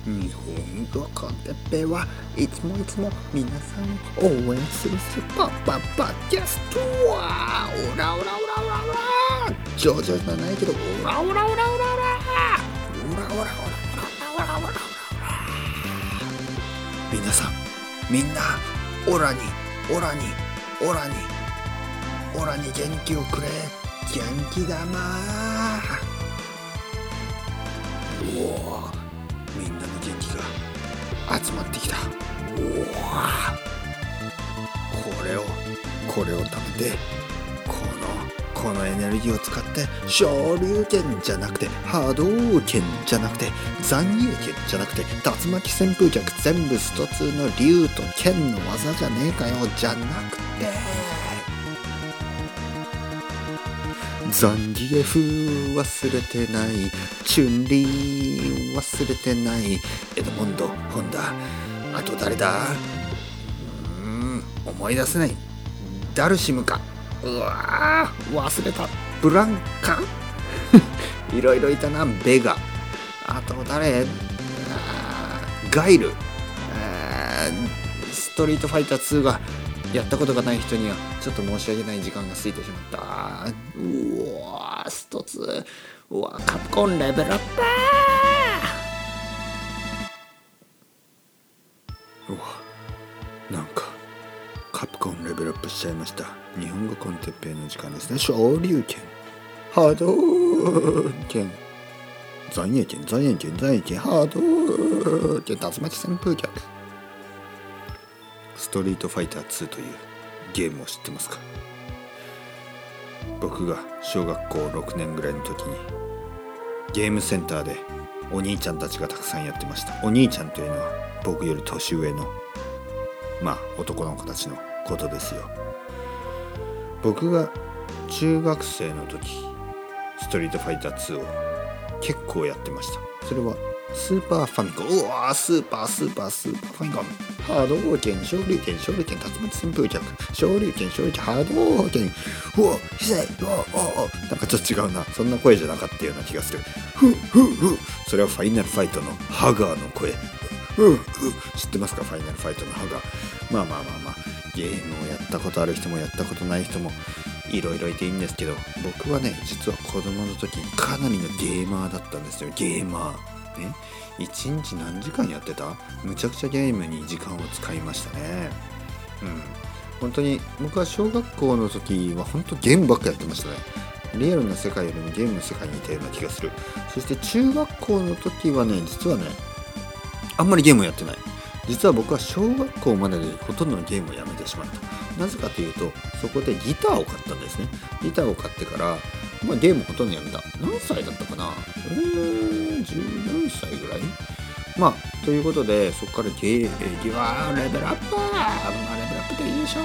日本語コンテッペはいつもいつも皆さんを応援するスーパーパパキャストはオラオラオラオラオラ上々じゃないけどオラオラオラオラオラオラオラオラオラオラオラオラ皆さんみんなオラにオラにオラにオラに元気をくれ元気だまーおーみんなの元気が集まってきた。おおこれを貯めてこのエネルギーを使って昇竜拳じゃなくて波動拳じゃなくて残影拳じゃなくて竜巻旋風脚全部スト2の竜と剣の技じゃねえかよじゃなくてザンギエフ忘れてないチュンリー忘れてないエドモンドホンダあと誰だ思い出せないダルシムかうわ忘れたブランカいろいろいたなベガあと誰ガイルストリートファイター2がやったことがない人にはちょっと申し訳ない時間が過ぎてしまったうわスト2うわカプコンレベルアップうわなんかカプコンレベルアップしちゃいました日本語コンテッペイの時間ですね昇竜拳波動拳残影拳波動拳竜巻旋風脚ストリートファイター2というゲームを知ってますか？僕が小学校6年ぐらいの時にゲームセンターでお兄ちゃんたちがたくさんやってましたお兄ちゃんというのは僕より年上の男の子たちのことですよ僕が中学生の時ストリートファイター2を結構やってましたそれはスーパーファミコンうわースーパーファミコン波動拳昇竜拳竜巻旋風脚昇竜拳波動拳うわなんかちょっと違うなそんな声じゃなかったような気がするそれはファイナルファイトのハガーの声知ってますかファイナルファイトのハガーゲームをやったことある人もやったことない人もいろいろいていいんですけど僕はね実は子供の時にかなりのゲーマーだったんですよゲーマーね一日何時間やってたむちゃくちゃゲームに時間を使いましたね本当に僕は小学校の時は本当ゲームばっかやってましたねリアルな世界よりもゲームの世界にいたような気がするそして中学校の時はね実はねあんまりゲームをやってない実は僕は小学校まででほとんどのゲームをやめてしまったなぜかというとそこでギターを買ったんですねギターを買ってからゲームほとんどやめた何歳だったかな14歳ぐらいということでそこからレベルアップレベルアップでいいでしょ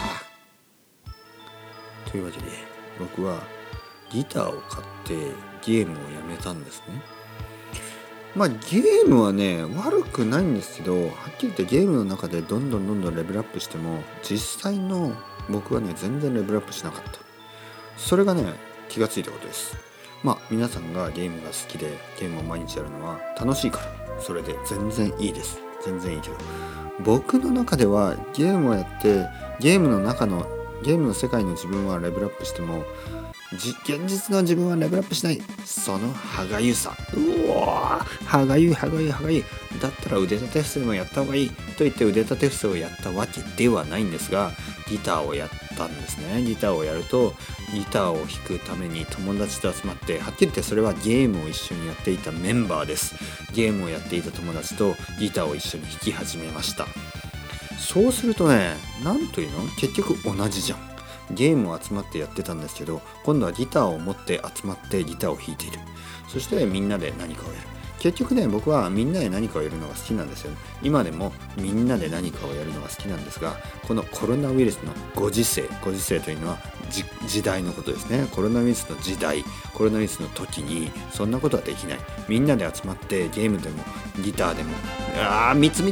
というわけで僕はギターを買ってゲームをやめたんですねゲームはね悪くないんですけどはっきり言ってゲームの中でどんどんレベルアップしても実際の僕はね全然レベルアップしなかったそれがね気がついたことです皆さんがゲームが好きでゲームを毎日やるのは楽しいからそれで全然いいです全然いいけど僕の中ではゲームをやってゲームの世界の自分はレベルアップしても現実の自分はレベルアップしないその歯がゆさうわ歯がゆいだったら腕立て伏せでもやった方がいいと言って腕立て伏せをやったわけではないんですがギターをやったんですねギターをやるとギターを弾くために友達と集まってはっきり言ってそれはゲームを一緒にやっていたメンバーですゲームをやっていた友達とギターを一緒に弾き始めましたそうするとねなんというの結局同じじゃんゲームを集まってやってたんですけど今度はギターを持って集まってギターを弾いているそしてみんなで何かをやる結局ね僕はみんなで何かをやるのが好きなんですよ今でもみんなで何かをやるのが好きなんですがこのコロナウイルスのご時世というのは時代のことですねコロナウイルスの時代コロナウイルスの時にそんなことはできないみんなで集まってゲームでもギターでもみつ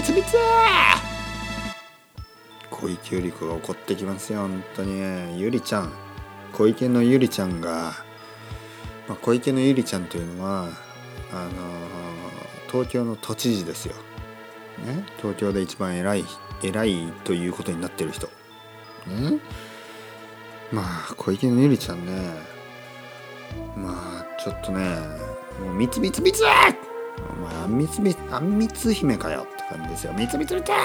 小池百合子が怒ってきますよ本当にゆりちゃん小池のゆりちゃんが、小池のゆりちゃんというのは東京の都知事ですよ、ね、東京で一番偉いということになってる人、ね、まあ小池のゆりちゃんね、まあちょっとね、もうみつお前あんみつ姫かよって感じですよ。みつ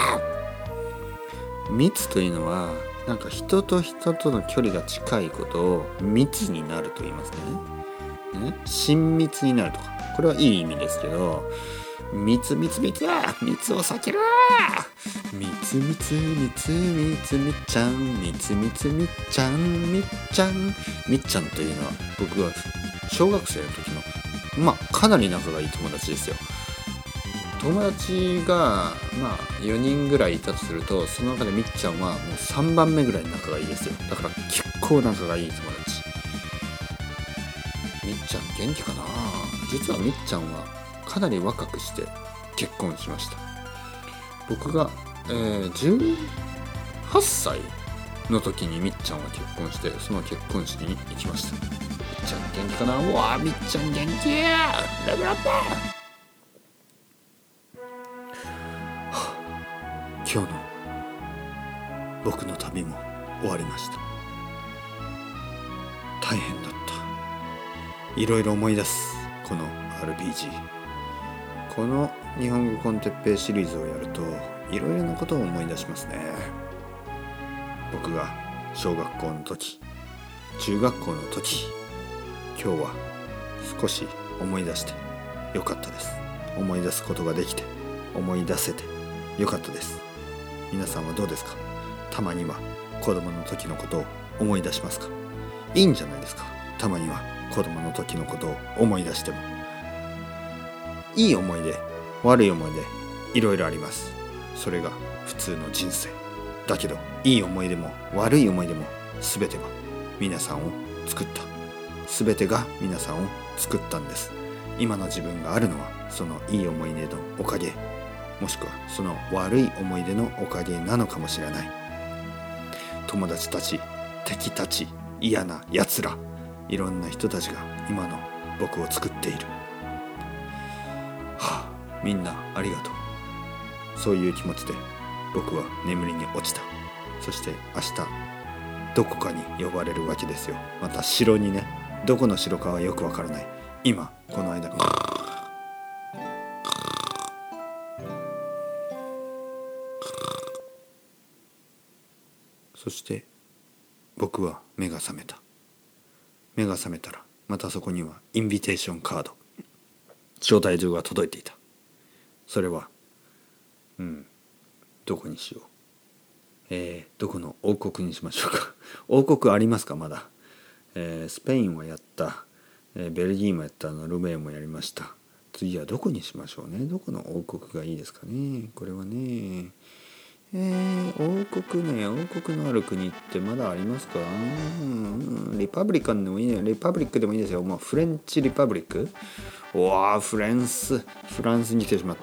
というのはなんか人と人との距離が近いことを密になると言いますね。親密になるとか、これはいい意味ですけど、密を避けろみっちゃんみっちゃんというのは、僕は小学生の時のかなり仲がいい友達ですよ。友達が4人ぐらいいたとすると、その中でみっちゃんはもう3番目ぐらい仲がいいですよ。だから結構仲がいい友達。みっちゃん元気かな。実はみっちゃんはかなり若くして結婚しました。僕が、18歳の時にみっちゃんは結婚して、その結婚式に行きました。みっちゃん元気かな。うわー、みっちゃん元気やレベルアップ。今日の僕の旅も終わりました。大変だった。いろいろ思い出すこの RPG。 この日本語コンテッペイシリーズをやるといろいろなことを思い出しますね。僕が小学校の時、中学校の時、今日は少し思い出してよかったです。思い出すことができて、思い出せてよかったです。皆さんはどうですか？たまには子供の時のことを思い出しますか？いいんじゃないですか。たまには子供の時のことを思い出しても。いい思い出、悪い思い出、いろいろあります。それが普通の人生だけど、いい思い出も悪い思い出も全ては皆さんを作った。全てが皆さんを作ったんです。今の自分があるのはそのいい思い出のおかげ、もしくはその悪い思い出のおかげなのかもしれない。友達たち、敵たち、嫌なやつら、いろんな人たちが今の僕を作っている。みんなありがとう。そういう気持ちで僕は眠りに落ちた。そして明日どこかに呼ばれるわけですよ。また城にね。どこの城かはよくわからない。今この間そして僕は目が覚めた。目が覚めたらまたそこにはインビテーションカード、招待状が届いていた。それはどこにしよう。どこの王国にしましょうか。王国ありますか？まだ、スペインはやった、ベルギーもやった、ノルウェーもやりました。次はどこにしましょうね。どこの王国がいいですかね。これはね、王国のある国ってまだありますか？リパブリカンでもいいね。リパブリックでもいいですよ。フレンチリパブリック。フランスに来てしまった。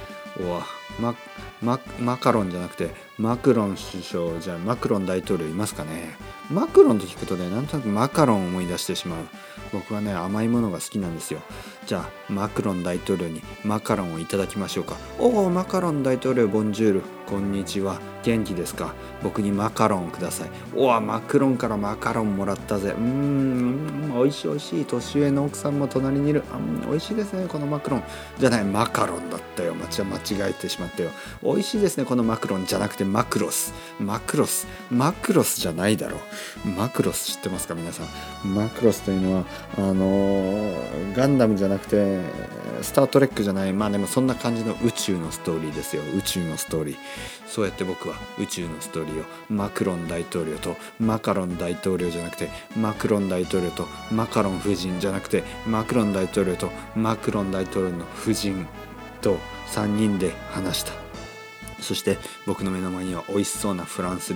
マカロンじゃなくてマクロン首相、じゃあマクロン大統領いますかね。マクロンと聞くとね、なんとなくマカロンを思い出してしまう。僕はね、甘いものが好きなんですよ。じゃあマクロン大統領にマカロンをいただきましょうか。マカロン大統領ボンジュール、こんにちは、元気ですか？僕にマカロンをください。マクロンからマカロンもらったぜ。おいしいおいしい。年上の奥さんも隣にいる。おいしいですねこのマクロン。じゃない、マカロンだったよ。間違えてしまったよ。おいしいですねこのマクロンじゃなくてマクロスじゃないだろう。マクロス知ってますか皆さん。マクロスというのはガンダムじゃなくてスタートレックじゃない、でもそんな感じの宇宙のストーリーですよ。宇宙のストーリー。そうやって僕は宇宙のストーリーをマクロン大統領とマカロン大統領じゃなくてマクロン大統領とマカロン夫人じゃなくてマクロン大統領とマクロン大統領の夫人と3人で話した。そして僕の目の前には美味しそうなフランス料理が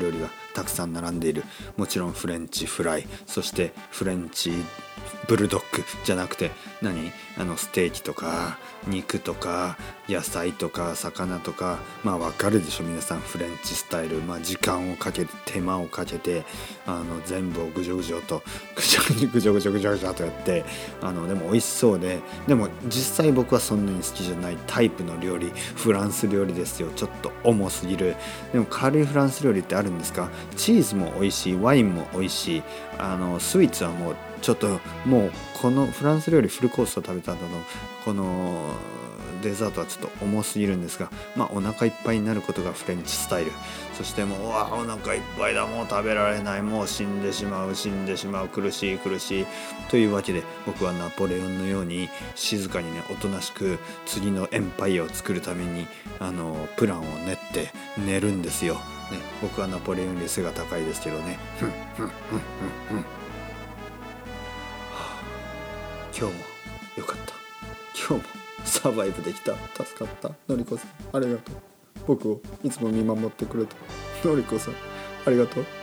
たくさん並んでいる。もちろんフレンチフライ、そしてフレンチブルドッグじゃなくてステーキとか肉とか野菜とか魚とか、わかるでしょ皆さん。フレンチスタイル、時間をかけて手間をかけて全部をぐじょぐじょとやって、でも美味しそうで、でも実際僕はそんなに好きじゃないタイプの料理、フランス料理ですよ。ちょっと重すぎる。でも軽いフランス料理ってあるんですか？チーズも美味しい、ワインも美味しい、スイーツはもうちょっともうこのフランス料理フルコースを食べた後のこのデザートはちょっと重すぎるんですが、お腹いっぱいになることがフレンチスタイル。そしてもうお腹いっぱいだ、もう食べられない、もう死んでしまう、苦しいというわけで、僕はナポレオンのように静かにね、おとなしく次のエンパイアを作るためにプランを練って寝るんですよ、ね、僕はナポレオンより背が高いですけどね。今日もよかった。今日もサバイブできた。助かった。のりこさんありがとう。僕をいつも見守ってくれたのりこさんありがとう。